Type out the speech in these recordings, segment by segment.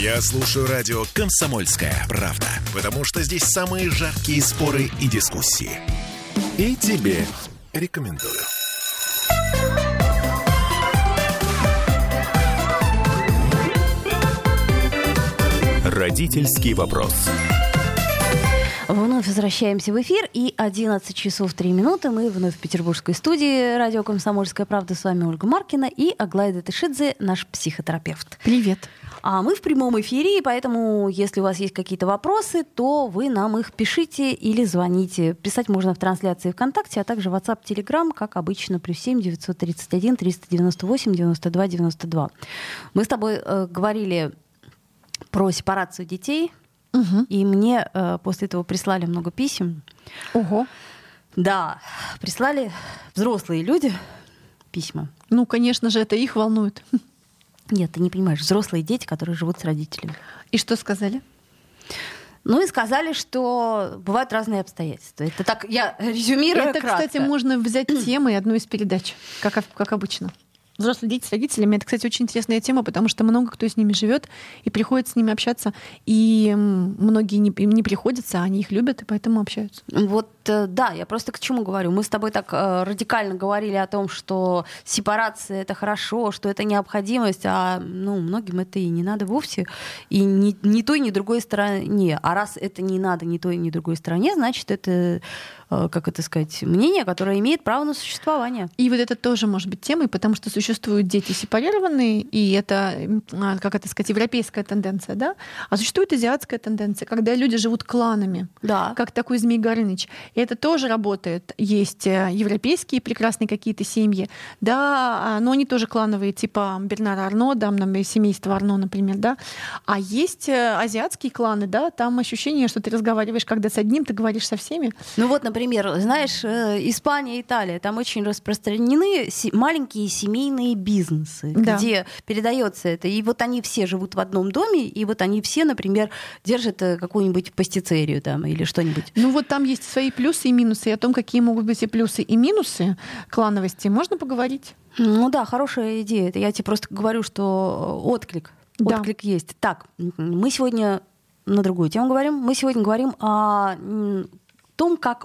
Я слушаю радио «Комсомольская правда», потому что здесь самые жаркие споры и дискуссии. И тебе рекомендую. Родительский вопрос. Вновь возвращаемся в эфир, и 11 часов 3 минуты. Мы вновь в петербургской студии радио «Комсомольская правда». С вами Ольга Маркина и Аглая Датышидзе, наш психотерапевт. Привет. А мы в прямом эфире, и поэтому, если у вас есть какие-то вопросы, то вы нам их пишите или звоните. Писать можно в трансляции ВКонтакте, а также WhatsApp, Telegram, как обычно, +7 931 398 92 92. Мы с тобой говорили про сепарацию детей. Угу. И мне после этого прислали много писем. Ого. Да, прислали взрослые люди письма. Ну, конечно же, это их волнует. Нет, ты не понимаешь, взрослые дети, которые живут с родителями. И что сказали? Ну и сказали, что бывают разные обстоятельства. Это так, я резюмирую это, кратко. кстати, можно взять темой одной из передач, как обычно. Взрослые дети с родителями — это, кстати, очень интересная тема, потому что много кто с ними живет и приходит с ними общаться, и многие им не приходится, а они их любят, и поэтому общаются. Вот, да, я просто к чему говорю. Мы с тобой так радикально говорили о том, что сепарация — это хорошо, что это необходимость, а многим это и не надо вовсе, и ни той, ни другой стороне. А раз это не надо ни той, ни другой стороне, значит, это, как это сказать, мнение, которое имеет право на существование. И вот это тоже может быть темой, потому что существуют дети сепарированные, и это, как это сказать, европейская тенденция, да? А существует азиатская тенденция, когда люди живут кланами, да. Как такой Змей Горыныч. И это тоже работает. Есть европейские прекрасные какие-то семьи, да, но они тоже клановые, типа Бернара Арно, да, семейство Арно, например, да. А есть азиатские кланы, да, там ощущение, что ты разговариваешь, когда с одним, ты говоришь со всеми. Ну вот, например, знаешь, Испания, Италия, там очень распространены маленькие семейные бизнесы, да. Где передается это. И вот они все живут в одном доме, и вот они все, например, держат какую-нибудь пастицерию там или что-нибудь. Ну вот там есть свои плюсы и минусы, и о том, какие могут быть и плюсы, и минусы клановости, можно поговорить. Ну да, хорошая идея. Это я тебе просто говорю, что отклик есть. Так, мы сегодня на другую тему говорим. Мы сегодня говорим о том, как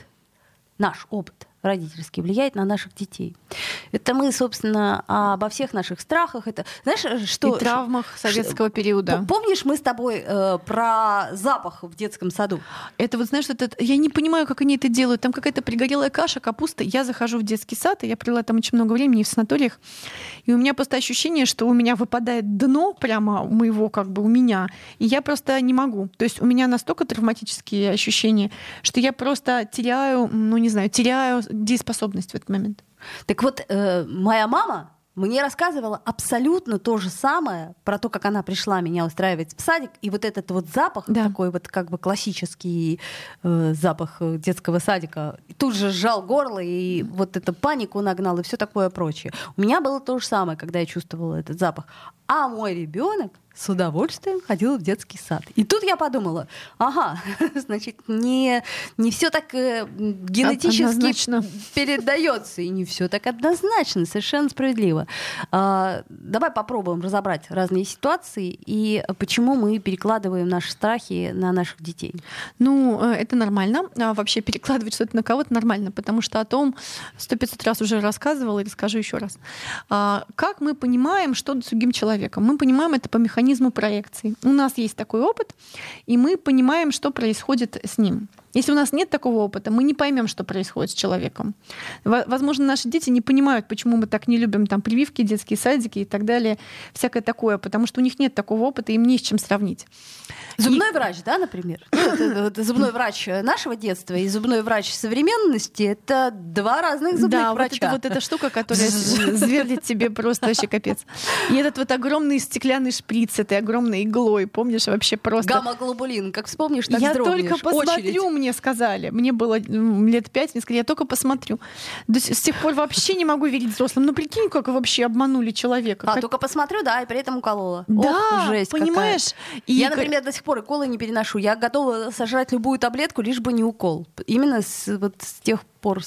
наш опыт родительский влияет на наших детей. Это мы, собственно, обо всех наших страхах. Это, знаешь, что... И травмах советского периода. Помнишь, мы с тобой про запах в детском саду? Это вот, знаешь, я не понимаю, как они это делают. Там какая-то пригорелая каша, капуста. Я захожу в детский сад, и я провела там очень много времени в санаториях. И у меня просто ощущение, что у меня выпадает дно прямо моего, у меня. И я просто не могу. То есть у меня настолько травматические ощущения, что я просто теряю дееспособность в этот момент. Так вот, моя мама мне рассказывала абсолютно то же самое про то, как она пришла меня устраивать в садик, и вот этот вот запах, да. Такой вот классический запах детского садика, тут же сжал горло, и вот эту панику нагнал, и все такое прочее. У меня было то же самое, когда я чувствовала этот запах. А мой ребенок с удовольствием ходил в детский сад. И тут я подумала, значит, не все так генетически передается, и не все так однозначно, совершенно справедливо. Давай попробуем разобрать разные ситуации и почему мы перекладываем наши страхи на наших детей. Ну, это нормально. Вообще перекладывать что-то на кого-то нормально, потому что о том 100-500 раз уже рассказывала и расскажу еще раз. Как мы понимаем, что с другим человеком? Мы понимаем это по механизму проекции. У нас есть такой опыт, и мы понимаем, что происходит с ним. Если у нас нет такого опыта, мы не поймем, что происходит с человеком. Возможно, наши дети не понимают, почему мы так не любим прививки, детские садики и так далее, всякое такое, потому что у них нет такого опыта, им не с чем сравнить. Зубной врач, да, например? Зубной врач нашего детства и зубной врач современности — это два разных зубных врача. Да, вот эта штука, которая сверлит тебе просто вообще капец. И этот вот огромный стеклянный шприц этой огромной иглой, помнишь, вообще просто... Гамма-глобулин, как вспомнишь, так вздрогнешь. Я только посмотрю, мне сказали. Мне было лет 5, мне сказали, я только посмотрю. С тех пор вообще не могу верить взрослым. Ну прикинь, как вообще обманули человека. Только посмотрю, да, и при этом уколола. Да, ох, жесть понимаешь? Я, например, до сих пор уколы не переношу. Я готова сожрать любую таблетку, лишь бы не укол. Именно с тех пор,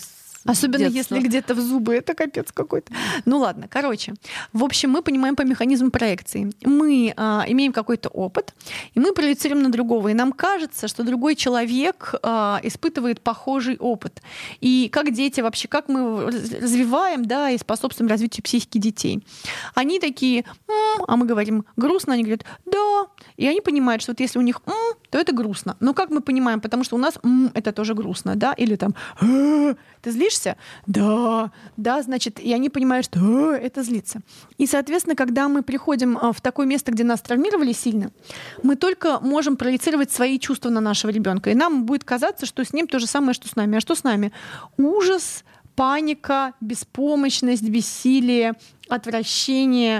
Особенно детства. если где-то в зубы, это капец какой-то. Ну ладно, короче. В общем, мы понимаем по механизму проекции. Мы имеем какой-то опыт, и мы проецируем на другого. И нам кажется, что другой человек испытывает похожий опыт. И как дети вообще, как мы развиваем, да, и способствуем развитию психики детей. Они такие, а мы говорим грустно, они говорят, да. И они понимают, что вот если у них то это грустно. Но как мы понимаем? Потому что у нас это тоже грустно, да? Или там ты злишься? Да, значит, и они понимают, что это злится. И, соответственно, когда мы приходим в такое место, где нас травмировали сильно, мы только можем проецировать свои чувства на нашего ребенка. И нам будет казаться, что с ним то же самое, что с нами. А что с нами? Ужас, паника, беспомощность, бессилие, отвращение,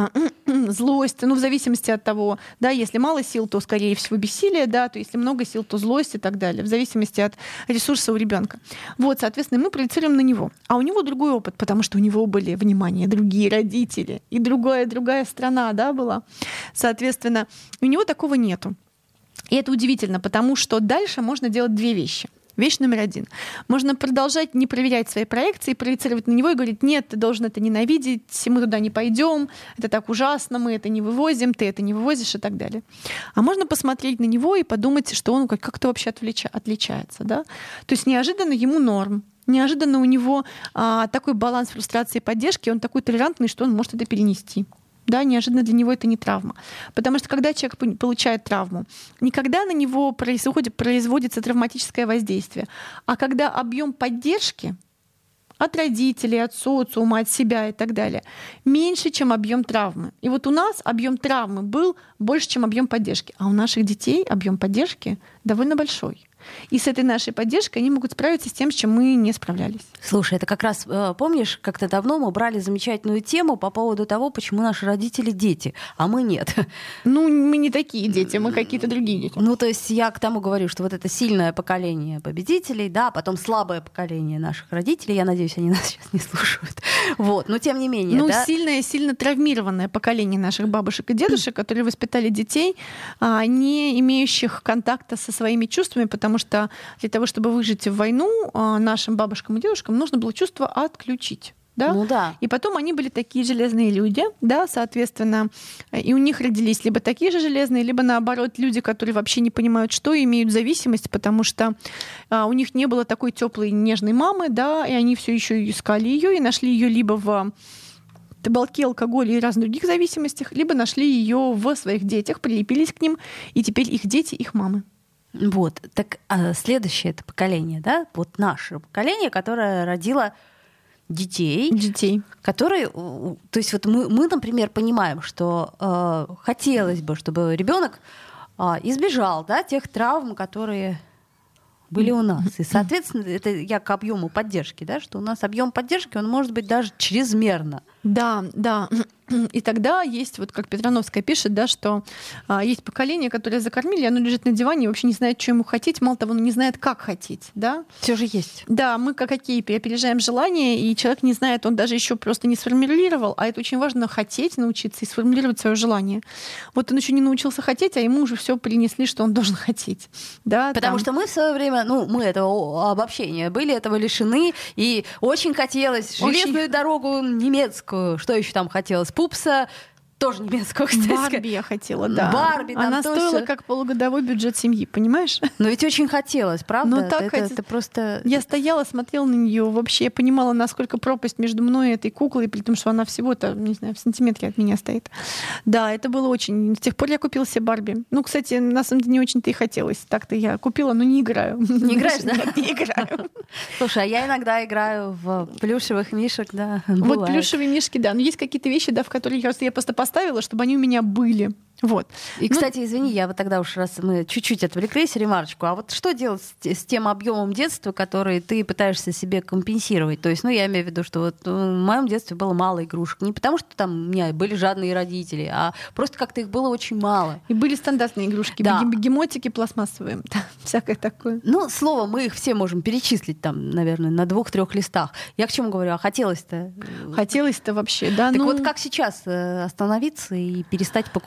злость, в зависимости от того, да, если мало сил, то, скорее всего, бессилие, да, то если много сил, то злость и так далее, в зависимости от ресурса у ребенка. Вот, соответственно, мы проецируем на него. А у него другой опыт, потому что у него были, внимание, другие родители, и другая страна, да, была. Соответственно, у него такого нету. И это удивительно, потому что дальше можно делать две вещи. Вещь номер 1. Можно продолжать не проверять свои проекции, проецировать на него и говорить, нет, ты должен это ненавидеть, мы туда не пойдем, это так ужасно, мы это не вывозим, ты это не вывозишь и так далее. А можно посмотреть на него и подумать, что он как-то вообще отличается. Да? То есть неожиданно ему норм, неожиданно у него такой баланс фрустрации и поддержки, он такой толерантный, что он может это перенести. Да, неожиданно для него это не травма. Потому что когда человек получает травму, никогда на него производится травматическое воздействие, а когда объем поддержки от родителей, от социума, от себя и так далее меньше, чем объем травмы. И вот у нас объем травмы был больше, чем объем поддержки. А у наших детей объем поддержки довольно большой. И с этой нашей поддержкой они могут справиться с тем, с чем мы не справлялись. Слушай, это как раз, помнишь, как-то давно мы брали замечательную тему по поводу того, почему наши родители дети, а мы нет. Ну, мы не такие дети, мы какие-то другие дети. Ну, то есть я к тому говорю, что вот это сильное поколение победителей, да, потом слабое поколение наших родителей, я надеюсь, они нас сейчас не слушают. Вот, но тем не менее. Ну, да? сильно травмированное поколение наших бабушек и дедушек, которые воспитали детей, не имеющих контакта со своими чувствами, потому что для того, чтобы выжить в войну, нашим бабушкам и дедушкам нужно было чувство отключить. Да? Ну да. И потом они были такие железные люди, да, соответственно, и у них родились либо такие же железные, либо наоборот люди, которые вообще не понимают, что имеют зависимость, потому что у них не было такой теплой нежной мамы, да, и они все еще искали ее и нашли ее либо в табаке, алкоголе и разных других зависимостях, либо нашли ее в своих детях, прилепились к ним, и теперь их дети, их мамы. Вот, так следующее это поколение, да, вот наше поколение, которое родило детей, которые, то есть вот мы, например, понимаем, что хотелось бы, чтобы ребенок избежал, да, тех травм, которые были у нас. И, соответственно, это я к объему поддержки, да, что у нас объем поддержки, он может быть даже чрезмерно. Да. И тогда есть, вот как Петрановская пишет, да, что есть поколение, которое закормили, оно лежит на диване и вообще не знает, что ему хотеть, мало того, оно не знает, как хотеть. Да? Все же есть. Да, мы как хоккей опережаем желание, и человек не знает, он даже еще просто не сформулировал, а это очень важно хотеть научиться и сформулировать свое желание. Вот он еще не научился хотеть, а ему уже все принесли, что он должен хотеть. Да, потому что мы в свое время, мы этого обобщения были этого лишены, и очень хотелось железную дорогу немецкую, что еще там хотелось? Пупса, тоже немецкого, кстати. Барби я хотела, да. Барби, там она стоила как полугодовой бюджет семьи, понимаешь? Но ведь очень хотелось, правда? Ну, так это просто... Я стояла, смотрела на нее, вообще я понимала, насколько пропасть между мной и этой куклой, при том, что она всего-то, не знаю, в сантиметре от меня стоит. Да, это было очень... С тех пор я купила себе Барби. Ну, кстати, на самом деле не очень-то и хотелось. Так-то я купила, но не играю. Не играешь, да? Нет, не играю. Слушай, а я иногда играю в плюшевых мишек, да. Вот плюшевые мишки, да. Но есть какие-то вещи, да, в которые я просто поставила, чтобы они у меня были. Вот. И, кстати, извини, я вот тогда уж раз мы чуть-чуть отвлеклись, ремарочку, а вот что делать с тем объемом детства, который ты пытаешься себе компенсировать? То есть, я имею в виду, что вот в моем детстве было мало игрушек. Не потому, что там у меня были жадные родители, а просто как-то их было очень мало. И были стандартные игрушки, да. Бегемотики пластмассовые, да, всякое такое. Словом, мы их все можем перечислить там, наверное, на 2-3 листах. Я к чему говорю? А хотелось-то? Хотелось-то вообще, да. Так вот как сейчас остановиться и перестать покупать себе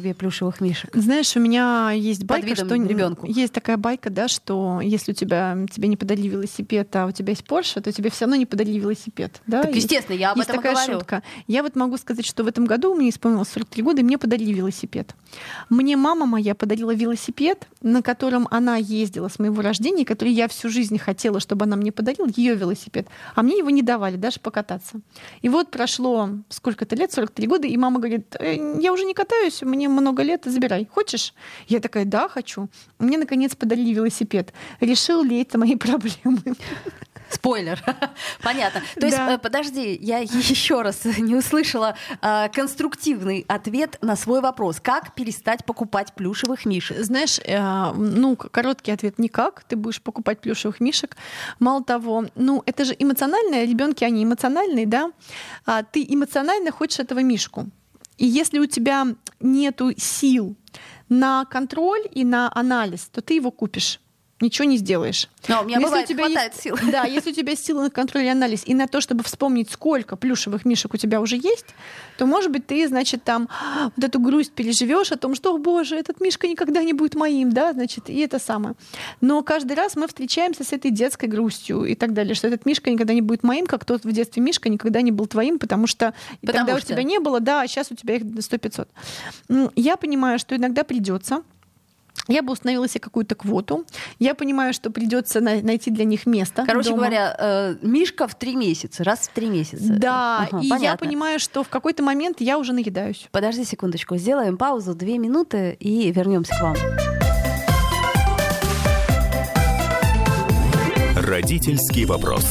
себе плюшевых мишек? Знаешь, у меня есть Под байка, видом что ребенку. есть такая байка, да, что если тебе не подарили велосипед, а у тебя есть Порше, то тебе все равно не подарили велосипед. Да? Так, естественно, я об есть этом такая говорю. шутка. Я вот могу сказать, что в этом году мне исполнилось 43 года, и мне подарили велосипед. Мне мама моя подарила велосипед, на котором она ездила с моего рождения, который я всю жизнь хотела, чтобы она мне подарила, ее велосипед. А мне его не давали даже покататься. И вот прошло сколько-то лет, 43 года, и мама говорит: я уже не катаюсь, мне много лет, забирай. Хочешь? Я такая: да, хочу. Мне, наконец, подарили велосипед. Решил ли это мои проблемы? Спойлер. Понятно. То есть, Да. подожди, я еще раз не услышала конструктивный ответ на свой вопрос. Как перестать покупать плюшевых мишек? Знаешь, короткий ответ — никак. Ты будешь покупать плюшевых мишек. Мало того, это же эмоционально, ребенки, они эмоциональные, да? Ты эмоционально хочешь этого мишку. И если у тебя нету сил на контроль и на анализ, то ты его купишь. Ничего не сделаешь. Но у меня Но бывает, если у тебя хватает есть, сил. Да, если у тебя есть силы на контроль и анализ, и на то, чтобы вспомнить, сколько плюшевых мишек у тебя уже есть, то, может быть, ты, значит, там вот эту грусть переживешь о том, что, о боже, этот мишка никогда не будет моим, да, значит, и это самое. Но каждый раз мы встречаемся с этой детской грустью и так далее, что этот мишка никогда не будет моим, как тот в детстве мишка никогда не был твоим, потому что тогда у тебя не было, да, а сейчас у тебя их 100-500. Я понимаю, что иногда придется. Я бы установила себе какую-то квоту. Я понимаю, что придется найти для них место. Короче дома. говоря, мишка в 3 месяца, раз в 3 месяца. Да, Ага, и понятно. я понимаю, что в какой-то момент я уже наедаюсь. Подожди секундочку, сделаем паузу 2 минуты и вернемся к вам. Родительский вопрос.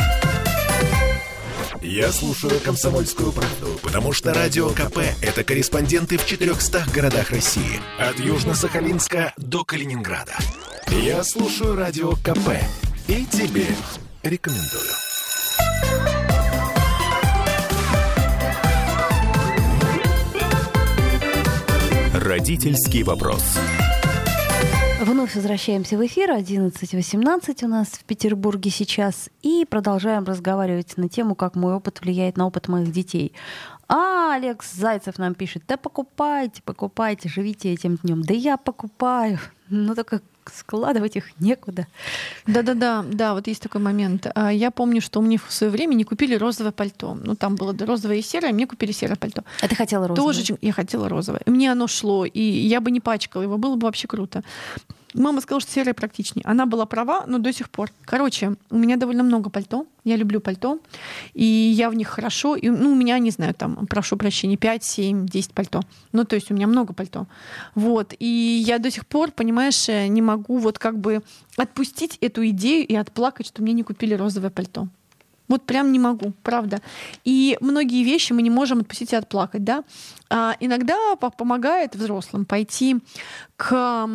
Я слушаю «Комсомольскую правду», потому что Радио КП – это корреспонденты в 400 городах России. От Южно-Сахалинска до Калининграда. Я слушаю Радио КП и тебе рекомендую. Родительский вопрос. Вновь возвращаемся в эфир. 11:18 у нас в Петербурге сейчас. И продолжаем разговаривать на тему, как мой опыт влияет на опыт моих детей. Алекс Зайцев нам пишет: да покупайте, покупайте, живите этим днем. Да я покупаю, но только складывать их некуда. Да, вот есть такой момент. Я помню, что мне в свое время не купили розовое пальто. Там было розовое и серое, мне купили серое пальто. А ты хотела розовое? Тоже я хотела розовое. Мне оно шло, и я бы не пачкала его, было бы вообще круто. Мама сказала, что серое практичнее. Она была права, но до сих пор. Короче, у меня довольно много пальто. Я люблю пальто. И я в них хорошо. И, у меня, не знаю, там, прошу прощения, 5, 7, 10 пальто. То есть у меня много пальто. Вот. И я до сих пор, понимаешь, не могу вот как бы отпустить эту идею и отплакать, что мне не купили розовое пальто. Вот прям не могу, правда. И многие вещи мы не можем отпустить и отплакать, да. Иногда помогает взрослым пойти к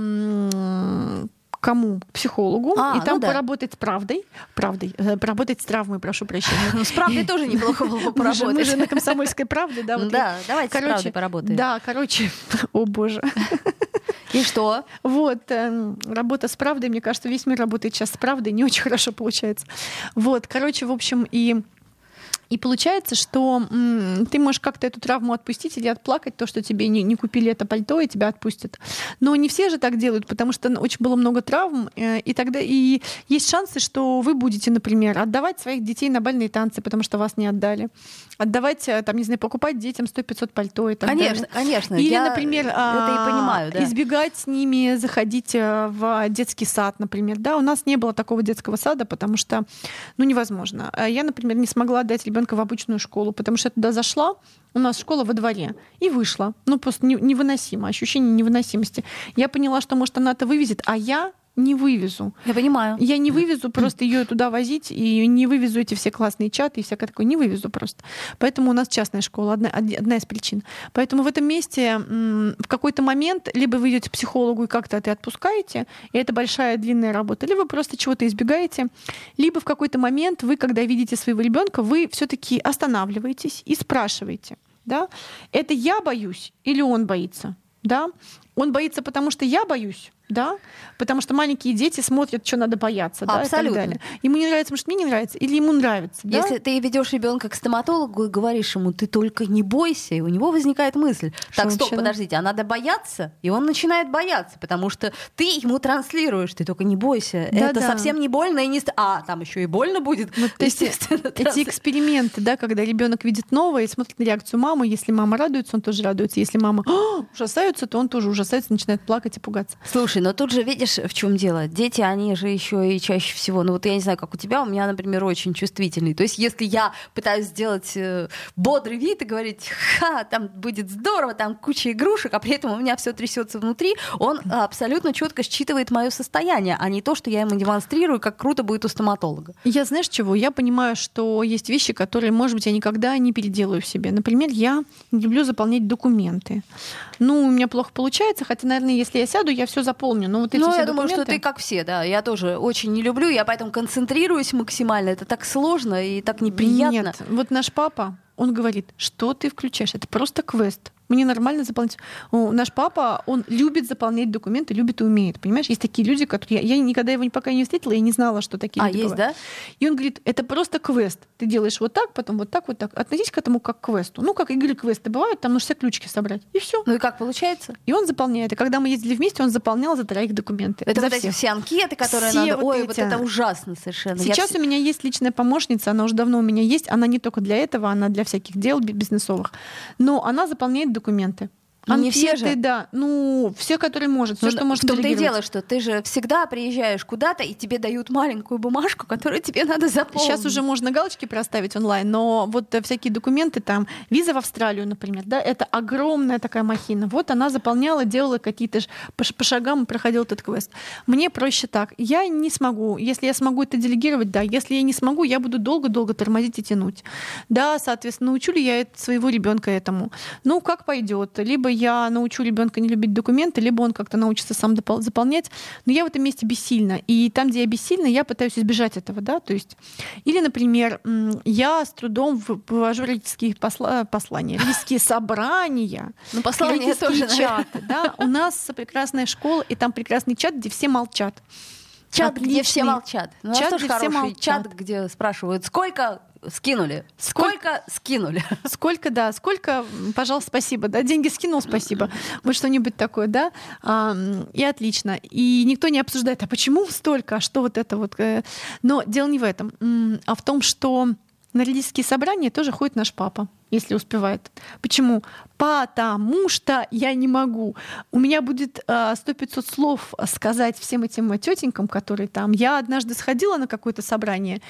кому? К психологу, и там поработать с правдой. Поработать с травмой, прошу прощения. С правдой тоже неплохо было бы поработать. Мы же на «Комсомольской правде», да? Да, давайте с правдой поработаем. Да, о боже. И что? Вот, работа с правдой, мне кажется, весь мир работает сейчас с правдой, не очень хорошо получается. Вот, в общем, и получается, что ты можешь как-то эту травму отпустить или отплакать, то, что тебе не купили это пальто, и тебя отпустят. Но не все же так делают, потому что очень было много травм, и тогда и есть шансы, что вы будете, например, отдавать своих детей на бальные танцы, потому что вас не отдали. Отдавать, там, не знаю, покупать детям 100-500 пальто и так далее. Конечно. Или, например, это и понимаю, да. избегать с ними заходить в детский сад, например. Да, у нас не было такого детского сада, потому что, невозможно. Я, например, не смогла отдать ребенка в обычную школу, потому что я туда зашла, у нас школа во дворе, и вышла. Просто невыносимо, ощущение невыносимости. Я поняла, что, может, она это вывезет, а я не вывезу. Я понимаю. Я не вывезу просто ее туда возить, и не вывезу эти все классные чаты и всякое такое. Не вывезу просто. Поэтому у нас частная школа, одна из причин. Поэтому в этом месте в какой-то момент либо вы идете к психологу и как-то это отпускаете, и это большая длинная работа, либо вы просто чего-то избегаете, либо в какой-то момент вы, когда видите своего ребенка, вы все-таки останавливаетесь и спрашиваете, да, это я боюсь или он боится? Да? Он боится, потому что я боюсь, да? Потому что маленькие дети смотрят, что надо бояться, да, и так далее. Ему не нравится, потому что мне не нравится, или ему нравится. Да? Если ты ведешь ребенка к стоматологу и говоришь ему, ты только не бойся, и у него возникает мысль, так, стоп, подождите, а надо бояться? И он начинает бояться, потому что ты ему транслируешь, ты только не бойся, это совсем не больно, и не... А, там еще и больно будет. Вот эти эксперименты, да, когда ребенок видит новое и смотрит на реакцию мамы, если мама радуется, он тоже радуется, если мама ужасается, то он тоже ужасается, начинает плакать и пугаться. Слушай, но тут же видишь, в чем дело? Дети, они же еще и чаще всего, ну вот я не знаю, как у тебя, у меня, например, очень чувствительный. То есть если я пытаюсь сделать бодрый вид и говорить, там будет здорово, там куча игрушек, а при этом у меня все трясется внутри, он абсолютно четко считывает мое состояние, а не то, что я ему демонстрирую, как круто будет у стоматолога. Я, знаешь чего? Я понимаю, что есть вещи, которые, может быть, я никогда не переделаю в себе. Например, я не люблю заполнять документы. Ну, у меня плохо получается, хотя, наверное, если я сяду, я все заполню. Но вот эти все я документы... думаю, что ты как все, да. Я тоже очень не люблю, я поэтому концентрируюсь максимально. Это так сложно и так неприятно. Нет, вот наш папа, он говорит, что ты включаешь? Это просто квест. Мне нормально заполнять. Наш папа, он любит заполнять документы, любит и умеет. Понимаешь, есть такие люди, которые... Я никогда его пока не встретила, я не знала, что такие люди есть, бывают. Да? И он говорит, это просто квест. Ты делаешь вот так, потом вот так, вот так. Относись к этому как к квесту. Ну, как игры квесты бывают, там нужно все ключики собрать. И все. Ну и как получается? И он заполняет. И когда мы ездили вместе, он заполнял за троих документы. Это вот эти все анкеты, которые все надо... Вот Ой, эти. Вот это ужасно совершенно. Сейчас у меня есть личная помощница, она уже давно у меня есть. Она не только для этого, она для всяких дел бизнесовых. Но она заполняет документы. Анкеты, не все же? Да. Ну, все, которые может. Все, что можно делегировать. В том-то и дело, что ты же всегда приезжаешь куда-то, и тебе дают маленькую бумажку, которую тебе надо заполнить. Сейчас уже можно галочки проставить онлайн, но вот всякие документы, там, виза в Австралию, например, да, это огромная такая махина. Вот она заполняла, делала какие-то по шагам, проходил этот квест. Мне проще так. Я не смогу. Если я смогу это делегировать, да. Если я не смогу, я буду долго-долго тормозить и тянуть. Да, соответственно, научу ли я своего ребенка этому? Ну, как пойдет. Либо я научу ребенка не любить документы, либо он как-то научится сам заполнять. Но я в этом месте бессильна. И там, где я бессильна, я пытаюсь избежать этого. Да? То есть... Или, например, я с трудом вывожу родительские послания, родительские собрания, послания тоже, чаты. Да? У нас прекрасная школа, и там прекрасный чат, где все молчат. Чат, где все молчат. Ну, чат, где все молчат. Чат, где спрашивают, сколько скинули. Сколько скинули? Сколько, да. Сколько, пожалуйста, спасибо. Да, деньги скинул, спасибо. Вот что-нибудь такое, да. И отлично. И никто не обсуждает, а почему столько, а что вот это вот. Но дело не в этом, а в том, что на родительские собрания тоже ходит наш папа, если успевает. Почему? Потому что я не могу. У меня будет 100-500 слов сказать всем этим тетенькам, которые там. Я однажды сходила на какое-то собрание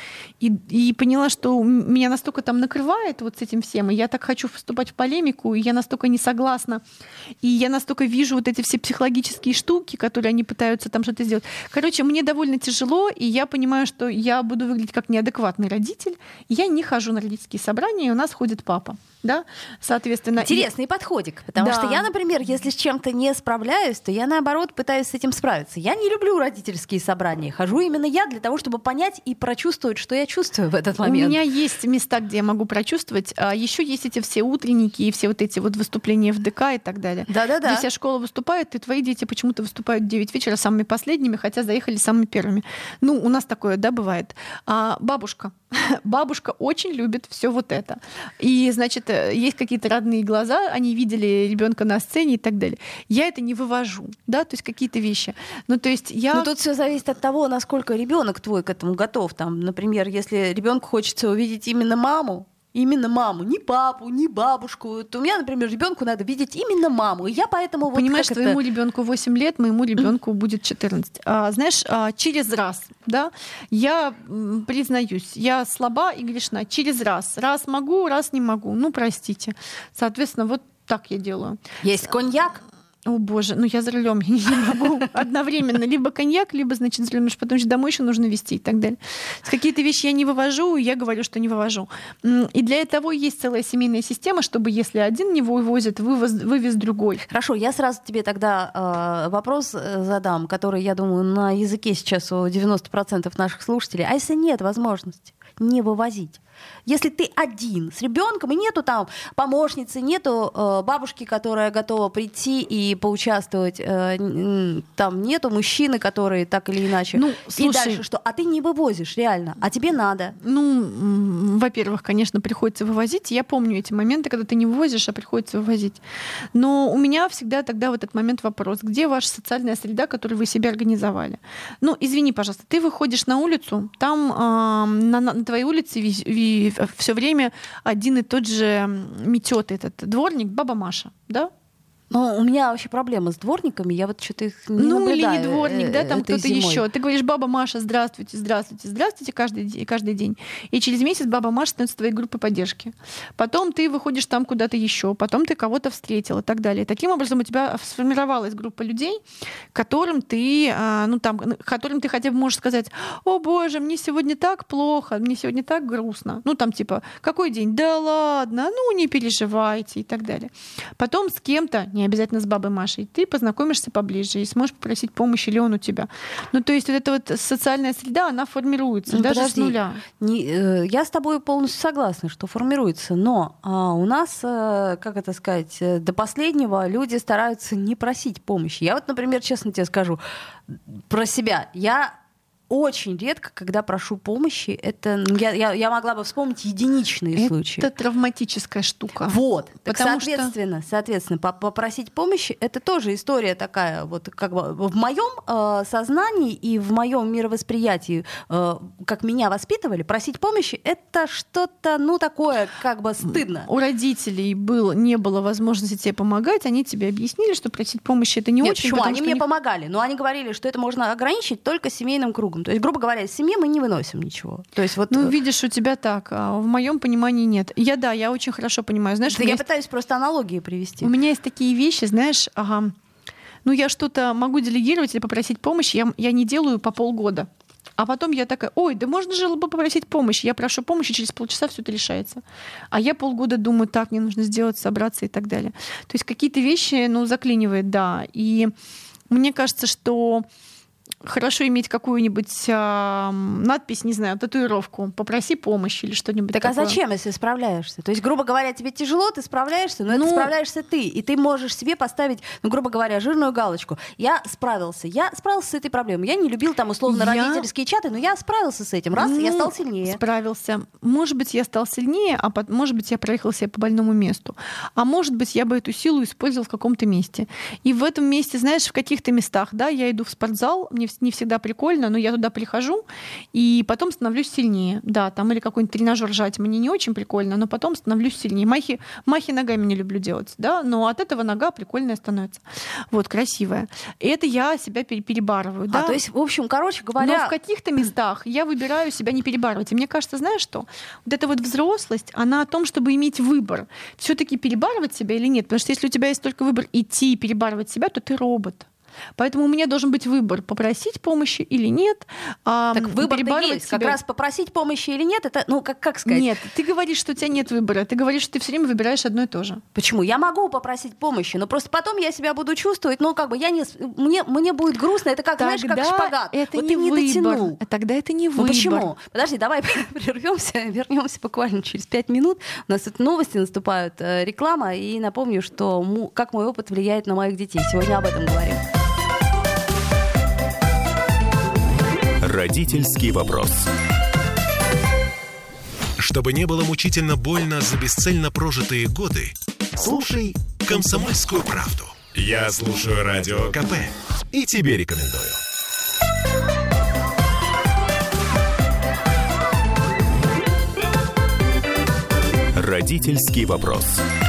и поняла, что меня настолько там накрывает вот с этим всем, и я так хочу вступать в полемику, и я настолько не согласна, и я настолько вижу вот эти все психологические штуки, которые они пытаются там что-то сделать. Короче, мне довольно тяжело, и я понимаю, что я буду выглядеть как неадекватный родитель. Я не хожу на родительские собрания, и у нас ходит папа. Да? Соответственно, интересный подходик, потому что я, например, если с чем-то не справляюсь, то я, наоборот, пытаюсь с этим справиться. Я не люблю родительские собрания. Хожу именно я для того, чтобы понять и прочувствовать, что я чувствую в этот момент. У меня есть места, где я могу прочувствовать. А еще есть эти все утренники и все вот эти вот выступления в ДК и так далее. Да-да-да. Где вся школа выступает, и твои дети почему-то выступают в 9 вечера самыми последними, хотя заехали самыми первыми. Ну, у нас такое, да, бывает. Бабушка очень любит все вот это. И, значит, есть какие-то родные глаза, они видели ребенка на сцене и так далее. Я это не вывожу, да, то есть какие-то вещи. Ну, то есть я... Но тут все зависит от того, насколько ребенок твой к этому готов. Там, например, если ребенку хочется увидеть именно маму, не папу, не бабушку, то у меня, например, ребенку надо видеть именно маму. И я поэтому... Понимаешь, твоему ребенку 8 лет, моему ребенку будет 14. Знаешь, через раз, да, я признаюсь, я слаба и грешна. Через раз. Раз могу, раз не могу. Ну, простите. Соответственно, вот так я делаю. Есть коньяк? О боже, ну я за рулем, я не могу одновременно. Либо коньяк, либо, значит, за рулем, потому что домой еще нужно везти и так далее. Какие-то вещи я не вывожу, я говорю, что не вывожу. И для этого есть целая семейная система, чтобы если один не вывозит, вывез другой. Хорошо, я сразу тебе тогда вопрос задам, который, я думаю, на языке сейчас у 90% наших слушателей. А если нет возможности не вывозить? Если ты один с ребенком, и нету там помощницы, нету бабушки, которая готова прийти и поучаствовать, там нету мужчины, которые так или иначе. Ну, и слушай, дальше что? А ты не вывозишь, реально. А тебе надо. Ну, во-первых, конечно, приходится вывозить. Я помню эти моменты, когда ты не вывозишь, а приходится вывозить. Но у меня всегда тогда в этот момент вопрос, где ваша социальная среда, которую вы себе организовали? Ну, извини, пожалуйста, ты выходишь на улицу, там на твоей улице все время один и тот же метет этот дворник, баба Маша, да? Но у меня вообще проблема с дворниками, я вот что-то их не наблюдаю. Или не дворник, да, там кто-то зимой. еще. Ты говоришь, баба Маша, здравствуйте, здравствуйте, здравствуйте каждый день. И через месяц баба Маша становится твоей группой поддержки. Потом ты выходишь там куда-то еще, потом ты кого-то встретил и так далее. Таким образом у тебя сформировалась группа людей, которым ты хотя бы можешь сказать: о боже, мне сегодня так плохо, мне сегодня так грустно. Ну там типа, какой день? Да ладно, ну не переживайте и так далее. Потом с кем-то, не обязательно с бабой Машей, ты познакомишься поближе и сможешь попросить помощи, или он у тебя. Ну, то есть вот эта вот социальная среда, она формируется, даже подожди, с нуля. Я с тобой полностью согласна, что формируется, но у нас, как это сказать, до последнего люди стараются не просить помощи. Я вот, например, честно тебе скажу про себя. Я очень редко, когда прошу помощи, это я могла бы вспомнить единичные случаи. Это травматическая штука. Вот. Так, Потому соответственно, попросить помощи — это тоже история такая, вот как бы в моем сознании и в моем мировосприятии, как меня воспитывали, просить помощи — это что-то, ну, такое, как бы стыдно. У родителей не было возможности тебе помогать, они тебе объяснили, что просить помощи — это не Нет, очень. почему? Они мне помогали, но они говорили, что это можно ограничить только семейным кругом. То есть, грубо говоря, из семьи мы не выносим ничего. То есть, вот... Ну, видишь, у тебя так, а в моем понимании нет. Я очень хорошо понимаю. Знаешь, я пытаюсь просто аналогии привести. У меня есть такие вещи, знаешь, ну, я что-то могу делегировать или попросить помощи, я не делаю по полгода. А потом я такая: ой, да можно же было бы попросить помощи. Я прошу помощи, через полчаса все это решается. А я полгода думаю, так, мне нужно сделать, собраться и так далее. То есть какие-то вещи, ну, заклинивает, да. И мне кажется, что хорошо иметь какую-нибудь надпись, не знаю, татуировку, попроси помощи или что-нибудь так такое. А зачем, если справляешься? То есть, грубо говоря, тебе тяжело, ты справляешься, но это справляешься ты. И ты можешь себе поставить, ну, грубо говоря, жирную галочку. Я справился с этой проблемой. Я не любил там условно родительские чаты, но я справился с этим. Раз, я стал сильнее. Справился. Может быть, я стал сильнее, а может быть, я проехал себе по больному месту. А может быть, я бы эту силу использовал в каком-то месте. И в этом месте, знаешь, в каких-то местах, да, я иду в спортзал, мне не всегда прикольно, но я туда прихожу и потом становлюсь сильнее. Да, там или какой-нибудь тренажер жать мне не очень прикольно, но потом становлюсь сильнее. Махи ногами не люблю делать, да, но от этого нога прикольная становится. Вот, красивая. И это я себя перебарываю. Да? То есть, в общем, короче говоря... Но в каких-то местах я выбираю себя не перебарывать. И мне кажется, знаешь что? Вот эта вот взрослость, она о том, чтобы иметь выбор. Все-таки перебарывать себя или нет? Потому что если у тебя есть только выбор идти и перебарывать себя, то ты робот. Поэтому у меня должен быть выбор: попросить помощи или нет. Так выбор есть. Себя. Как раз попросить помощи или нет, это, ну, как сказать? Нет, ты говоришь, что у тебя нет выбора. Ты говоришь, что ты все время выбираешь одно и то же. Почему? Я могу попросить помощи, но просто потом я себя буду чувствовать, ну, как бы мне будет грустно. Это как, тогда знаешь, как шпагат. Это вот не ты не выбор. дотянул. Тогда это не выбор. Ну почему? Подожди, давай прервемся, вернемся буквально через 5 минут. У нас тут новости наступают, реклама, и напомню, что как мой опыт влияет на моих детей. Сегодня об этом говорим. Родительский вопрос. Чтобы не было мучительно больно за бесцельно прожитые годы, слушай «Комсомольскую правду». Я слушаю Радио КП и тебе рекомендую. Родительский вопрос.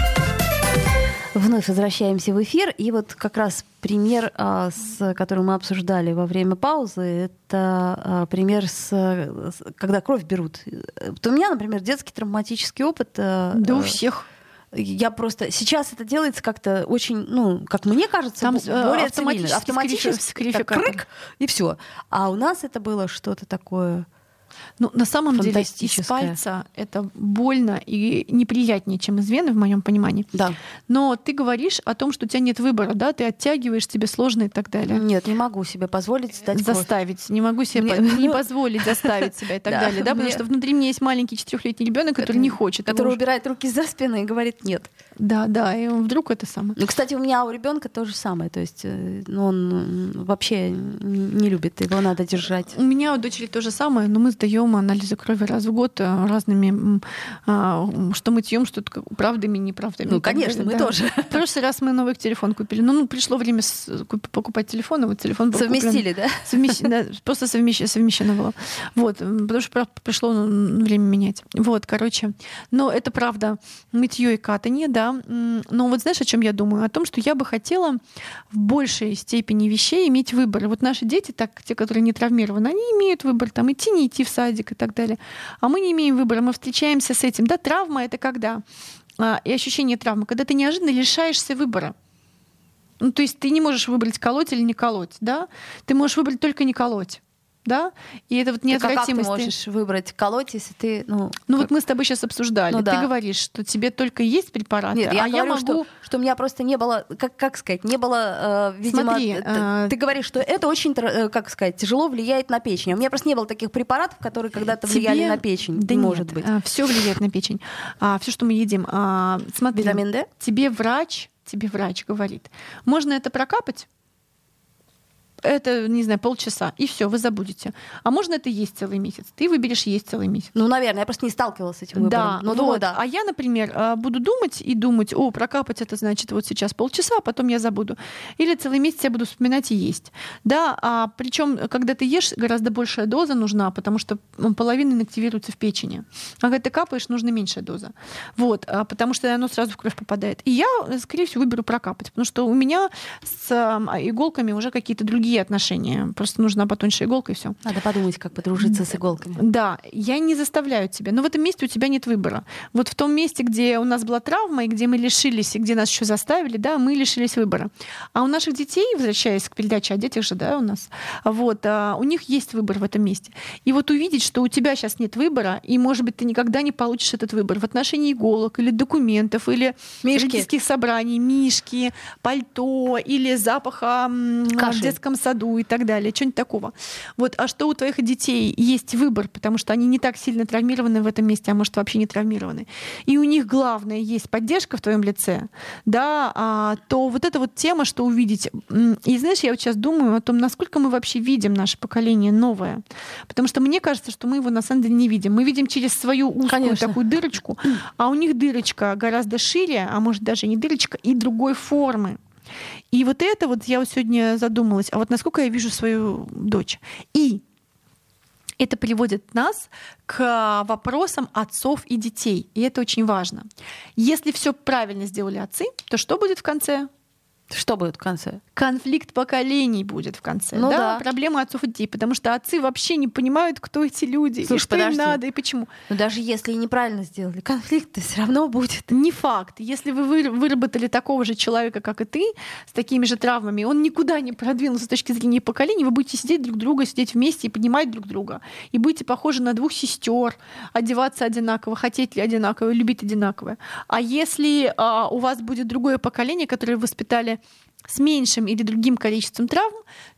Вновь возвращаемся в эфир. И вот как раз пример, который мы обсуждали во время паузы, это пример, когда кровь берут. Вот у меня, например, детский травматический опыт. Да у всех. Я просто... Сейчас это делается как-то очень, ну, как мне кажется, там более цивильно. Автоматически. Так, крык, и все. А у нас это было что-то такое... Ну, на самом деле из Фантастическое. пальца это больно и неприятнее, чем из вены, в моем понимании. Да. Но ты говоришь о том, что у тебя нет выбора, да, ты оттягиваешь, тебе сложно и так далее. Нет, не могу себе позволить сдать кровь. Заставить. Не могу себе Мне- не позволить заставить себя и так Да, далее. Да, потому мне- что внутри меня есть маленький 4-летний ребенок, который не хочет. Который Его убирает руки за спину и говорит нет. Да, и вдруг это самое. Ну, кстати, у меня у ребенка то же самое. То есть он вообще не любит, его надо держать. У меня у дочери то же самое, но мы сдаем анализы крови раз в год разными, что мытьем, что правдами, неправдами. Ну, и так конечно, далее, мы да. тоже. В прошлый раз мы новый телефон купили. Ну, пришло время покупать телефон, и вот телефон был Совместили, да? Да, просто совмещено было. Вот, потому что пришло время менять. Вот, короче. Но это правда, мытье и катанье, да. Но вот знаешь, о чем я думаю? О том, что я бы хотела в большей степени вещей иметь выбор. И вот наши дети, так, те, которые не травмированы, они имеют выбор, там, идти, не идти в садик и так далее. А мы не имеем выбора, мы встречаемся с этим. Да, травма — это когда? И ощущение травмы, когда ты неожиданно лишаешься выбора. Ну, то есть ты не можешь выбрать, колоть или не колоть, да? Ты можешь выбрать только не колоть, да? И это вот Так, а как ты неотвратимость. можешь выбрать колоть, если ты... Ну Вот мы с тобой сейчас обсуждали. Ну, да. Ты говоришь, что тебе только есть препараты, Нет, я а говорю, я могу... что у меня просто не было, как сказать, не было, видимо, Смотри, ты говоришь, что это очень, как сказать, тяжело влияет на печень. У меня просто не было таких препаратов, которые когда-то влияли на печень. Да может нет, быть. все влияет на печень. Все, что мы едим. Смотри, Витамин D? тебе врач говорит, можно это прокапать? Это, не знаю, полчаса, и все, вы забудете. А можно это есть целый месяц? Ты выберешь есть целый месяц. Ну, наверное, я просто не сталкивалась с этим выбором. Да, Но вот. думаю, да. А я, например, буду думать, прокапать это значит вот сейчас полчаса, а потом я забуду. Или целый месяц я буду вспоминать и есть. Да, причем, когда ты ешь, гораздо большая доза нужна, потому что половина инактивируется в печени. А когда ты капаешь, нужна меньшая доза. Вот, потому что оно сразу в кровь попадает. И я, скорее всего, выберу прокапать, потому что у меня с иголками уже какие-то другие отношения. Просто нужна потоньше иголка, и все. Надо подумать, как подружиться с иголками. Да, я не заставляю тебя. Но в этом месте у тебя нет выбора. Вот в том месте, где у нас была травма, и где мы лишились, и где нас еще заставили, да, мы лишились выбора. А у наших детей, возвращаясь к передаче о детях же, да, у нас, вот, у них есть выбор в этом месте. И вот увидеть, что у тебя сейчас нет выбора, и, может быть, ты никогда не получишь этот выбор в отношении иголок, или документов, или родительских собраний, мишки, пальто, или запаха в детском саду и так далее, что-нибудь такого. Вот, а что у твоих детей есть выбор, потому что они не так сильно травмированы в этом месте, а может вообще не травмированы. И у них главное есть поддержка в твоем лице, да, то вот эта вот тема, что увидеть. И знаешь, я вот сейчас думаю о том, насколько мы вообще видим наше поколение новое. Потому что мне кажется, что мы его на самом деле не видим. Мы видим через свою узкую такую дырочку, а у них дырочка гораздо шире, а может даже не дырочка, и другой формы. И вот это вот я вот сегодня задумалась, а вот насколько я вижу свою дочь. И это приводит нас к вопросам отцов и детей. И это очень важно. Если все правильно сделали отцы, то что будет в конце? Что будет в конце? Конфликт поколений будет в конце. Ну да. Проблема отцов и детей. Потому что отцы вообще не понимают, кто эти люди, Слушай, и что им надо, и почему. Но даже если и неправильно сделали, конфликт-то все равно будет. Не факт. Если вы выработали такого же человека, как и ты, с такими же травмами, он никуда не продвинулся с точки зрения поколений, вы будете сидеть друг друга, сидеть вместе и понимать друг друга. И будете похожи на двух сестер, одеваться одинаково, хотеть ли одинаково, любить одинаково. А если у вас будет другое поколение, которое воспитали с меньшим или другим количеством травм,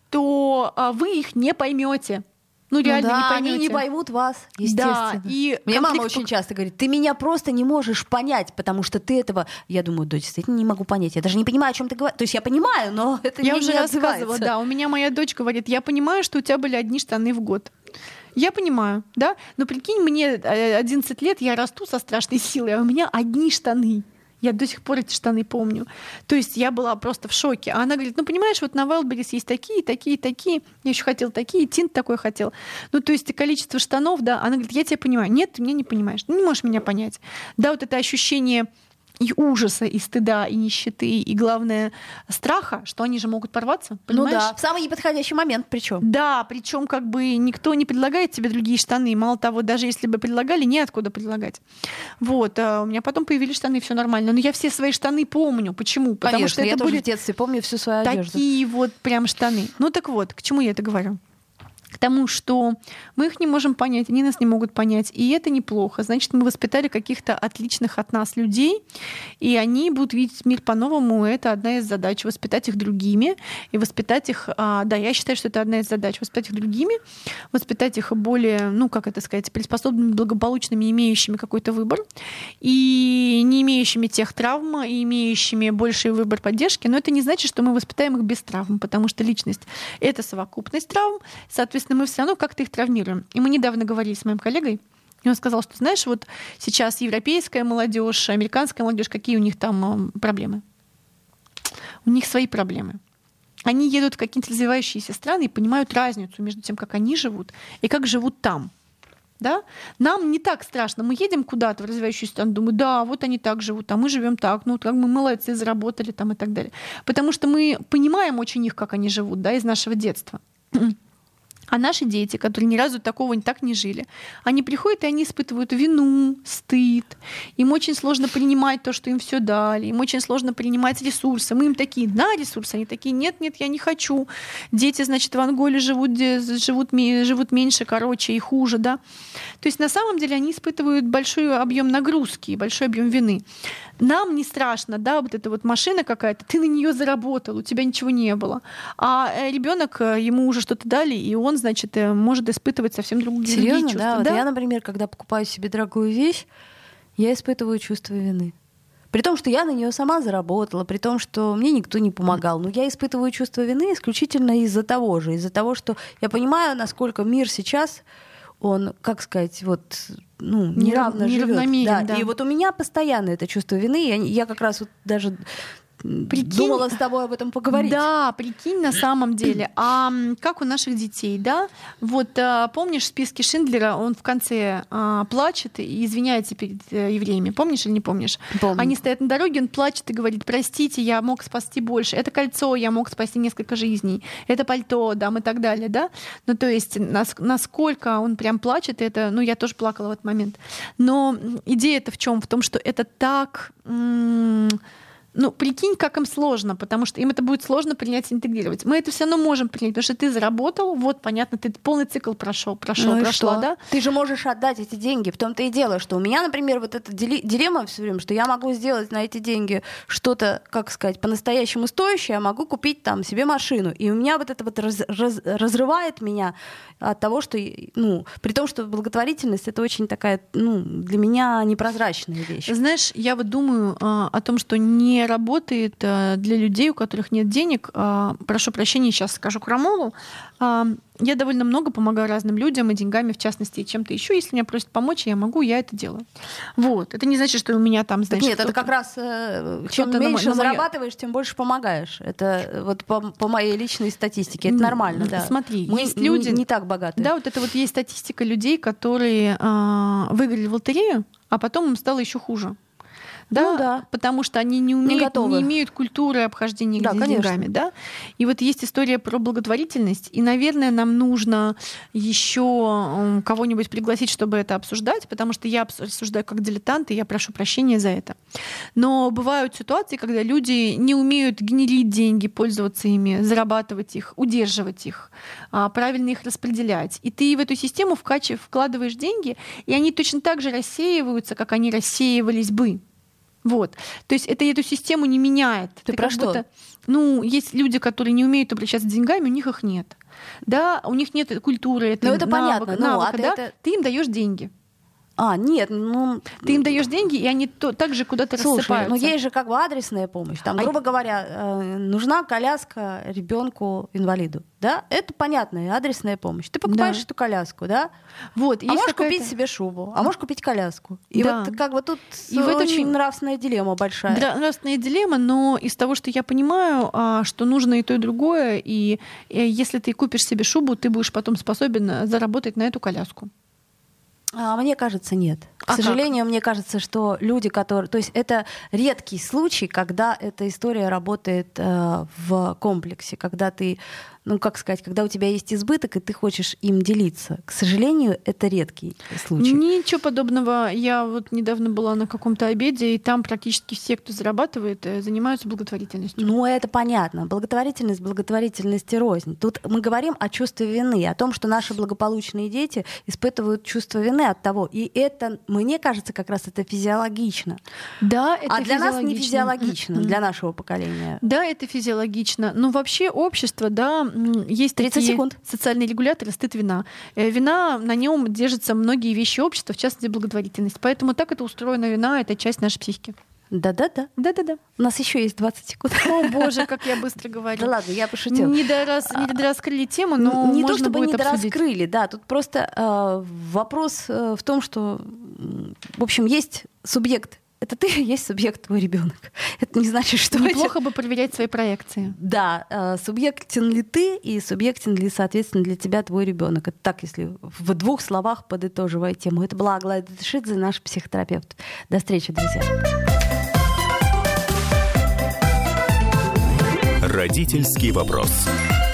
то вы их не поймете. Ну, реально да, не поймете. Они не поймут вас, естественно. Да, и мне мама очень часто говорит, ты меня просто не можешь понять, потому что ты этого... Я думаю, дочь, действительно не могу понять. Я даже не понимаю, о чем ты говоришь. То есть я понимаю, но это я мне уже не рассказывала, отзывается. да. У меня моя дочь говорит, я понимаю, что у тебя были одни штаны в год. Я понимаю, да? Но прикинь, мне 11 лет, я расту со страшной силой, а у меня одни штаны. Я до сих пор эти штаны помню. То есть я была просто в шоке. А она говорит, ну понимаешь, вот на Wildberries есть такие, такие, такие. Я еще хотела такие, тинт такой хотел. Ну то есть количество штанов, да. Она говорит, я тебя понимаю. Нет, ты меня не понимаешь. Ты не можешь меня понять. Да, вот это ощущение и ужаса, и стыда, и нищеты, и, главное, страха, что они же могут порваться, понимаешь? Ну да, в самый неподходящий момент причем. Да, причем как бы никто не предлагает тебе другие штаны. Мало того, даже если бы предлагали, неоткуда предлагать. Вот. А у меня потом появились штаны, все нормально. Но я все свои штаны помню. Почему? Потому Конечно, что это я тоже были в детстве помню всю свою одежду. такие вот прям штаны. Ну так вот, к чему я это говорю? к тому, что мы их не можем понять, они нас не могут понять, и это неплохо. Значит, мы воспитали каких-то отличных от нас людей, и они будут видеть мир по-новому. Это одна из задач — воспитать их другими, и воспитать их, да, я считаю, что это одна из задач — воспитать их другими, воспитать их более, приспособленными, благополучными, имеющими какой-то выбор, и не имеющими тех травм, и имеющими больший выбор поддержки. Но это не значит, что мы воспитаем их без травм, потому что личность — это совокупность травм, соответственно, мы все равно как-то их травмируем. И мы недавно говорили с моим коллегой, и он сказал, что, знаешь, вот сейчас европейская молодежь, американская молодежь, какие у них там проблемы? У них свои проблемы. Они едут в какие-то развивающиеся страны и понимают разницу между тем, как они живут и как живут там. Да? Нам не так страшно. Мы едем куда-то в развивающуюся страну, думаю, да, вот они так живут, а мы живем так, ну, как мы молодцы, заработали там и так далее. Потому что мы понимаем очень их, как они живут, да, из нашего детства. А наши дети, которые ни разу такого так не жили, они приходят и они испытывают вину, стыд. Им очень сложно принимать то, что им все дали. Им очень сложно принимать ресурсы. Мы им такие, на ресурсы. Они такие, нет, я не хочу. Дети, значит, в Анголе живут меньше, короче и хуже. Да? То есть на самом деле они испытывают большой объем нагрузки и большой объем вины. Нам не страшно, да, вот эта вот машина какая-то, ты на нее заработал, у тебя ничего не было. А ребенок, ему уже что-то дали, и он, значит, может испытывать совсем другие чувства. Серьезно, да? Вот я, например, когда покупаю себе дорогую вещь, я испытываю чувство вины. При том, что я на нее сама заработала, при том, что мне никто не помогал. Но я испытываю чувство вины исключительно из-за того, что я понимаю, насколько мир сейчас, он, как сказать, вот, неравно живет. Да. И вот у меня постоянно это чувство вины. Я как раз вот даже думала с тобой об этом поговорить. Да, прикинь, на самом деле. А как у наших детей, да? Вот помнишь в списке Шиндлера, он в конце плачет и извиняется перед евреями. Помнишь или не помнишь? Помню. Они стоят на дороге, он плачет и говорит, простите, я мог спасти больше. Это кольцо, я мог спасти несколько жизней. Это пальто, да, и так далее, да? Ну, то есть, насколько он прям плачет, это, я тоже плакала в этот момент. Но идея-то в чем? В том, что это так... прикинь, как им сложно, потому что им это будет сложно принять и интегрировать. Мы это все равно можем принять, потому что ты заработал, вот, понятно, ты полный цикл прошла, да? Ты же можешь отдать эти деньги. В том-то и дело, что у меня, например, вот эта дилемма все время, что я могу сделать на эти деньги что-то, как сказать, по-настоящему стоящее, а могу купить там себе машину. И у меня вот это вот разрывает меня от того, что, при том, что благотворительность — это очень такая, для меня непрозрачная вещь. Знаешь, я вот думаю о том, что не работает для людей, у которых нет денег. Прошу прощения, сейчас скажу крамолу. Я довольно много помогаю разным людям и деньгами, в частности, и чем-то еще. Если меня просят помочь, я это делаю. Вот. Это не значит, что у меня там, значит... Нет, это как раз чем меньше зарабатываешь, тем больше помогаешь. Это вот по моей личной статистике. Это нормально, да. Смотри, мы есть люди... не так богатые. Да, вот это вот есть статистика людей, которые выиграли в лотерею, а потом им стало еще хуже. Да, потому что они не имеют культуры обхождения деньгами. Да? И вот есть история про благотворительность, и, наверное, нам нужно еще кого-нибудь пригласить, чтобы это обсуждать, потому что я обсуждаю как дилетант, и я прошу прощения за это. Но бывают ситуации, когда люди не умеют генерить деньги, пользоваться ими, зарабатывать их, удерживать их, правильно их распределять. И ты в эту систему вкладываешь деньги, и они точно так же рассеиваются, как они рассеивались бы. Вот. То есть это эту систему не меняет. Ты про что? Есть люди, которые не умеют обращаться с деньгами, у них их нет. Да, у них нет культуры, это понятно. Да? Ты им даешь деньги. Нет, ты им даешь деньги, и они также куда-то рассыпаются. Но есть же как бы адресная помощь. Там, грубо говоря, нужна коляска ребенку-инвалиду. Да? Это понятная адресная помощь. Ты покупаешь эту коляску, да? Вот, можешь купить себе шубу, а можешь купить коляску. И вот как бы тут очень нравственная дилемма большая. Нравственная дилемма, но из того, что я понимаю, что нужно и то, и другое, и если ты купишь себе шубу, ты будешь потом способен заработать на эту коляску. Мне кажется, нет. К сожалению, мне кажется, что люди, которые... То есть это редкий случай, когда эта история работает в комплексе, когда ты, когда у тебя есть избыток, и ты хочешь им делиться. К сожалению, это редкий случай. Ничего подобного. Я вот недавно была на каком-то обеде, и там практически все, кто зарабатывает, занимаются благотворительностью. Это понятно. Благотворительность рознь. Тут мы говорим о чувстве вины, о том, что наши благополучные дети испытывают чувство вины от того. И это, мне кажется, как раз это физиологично. Да, это для нас не физиологично, для нашего поколения. Да, это физиологично. Но вообще общество, да, есть 30 такие секунд. Социальные регуляторы, стыд вина. Вина, на нем держатся многие вещи общества, в частности, благотворительность. Поэтому так это устроена вина, это часть нашей психики. Да-да-да. У нас еще есть 20 секунд. О, боже, как я быстро говорю. Да ладно, я пошутила. Не дораскрыли тему, но не можно то чтобы будет не обсудить. дораскрыли, да. Тут просто вопрос в том, что, в общем, есть субъект. Это ты, есть субъект, твой ребенок. Это не значит, что... Неплохо бы проверять свои проекции. Да, субъектен ли ты и субъектен ли, соответственно, для тебя твой ребенок. Это так, если в 2 словах подытоживая тему. Это была Аглая Датышидзе, наш психотерапевт. До встречи, друзья. Родительский вопрос.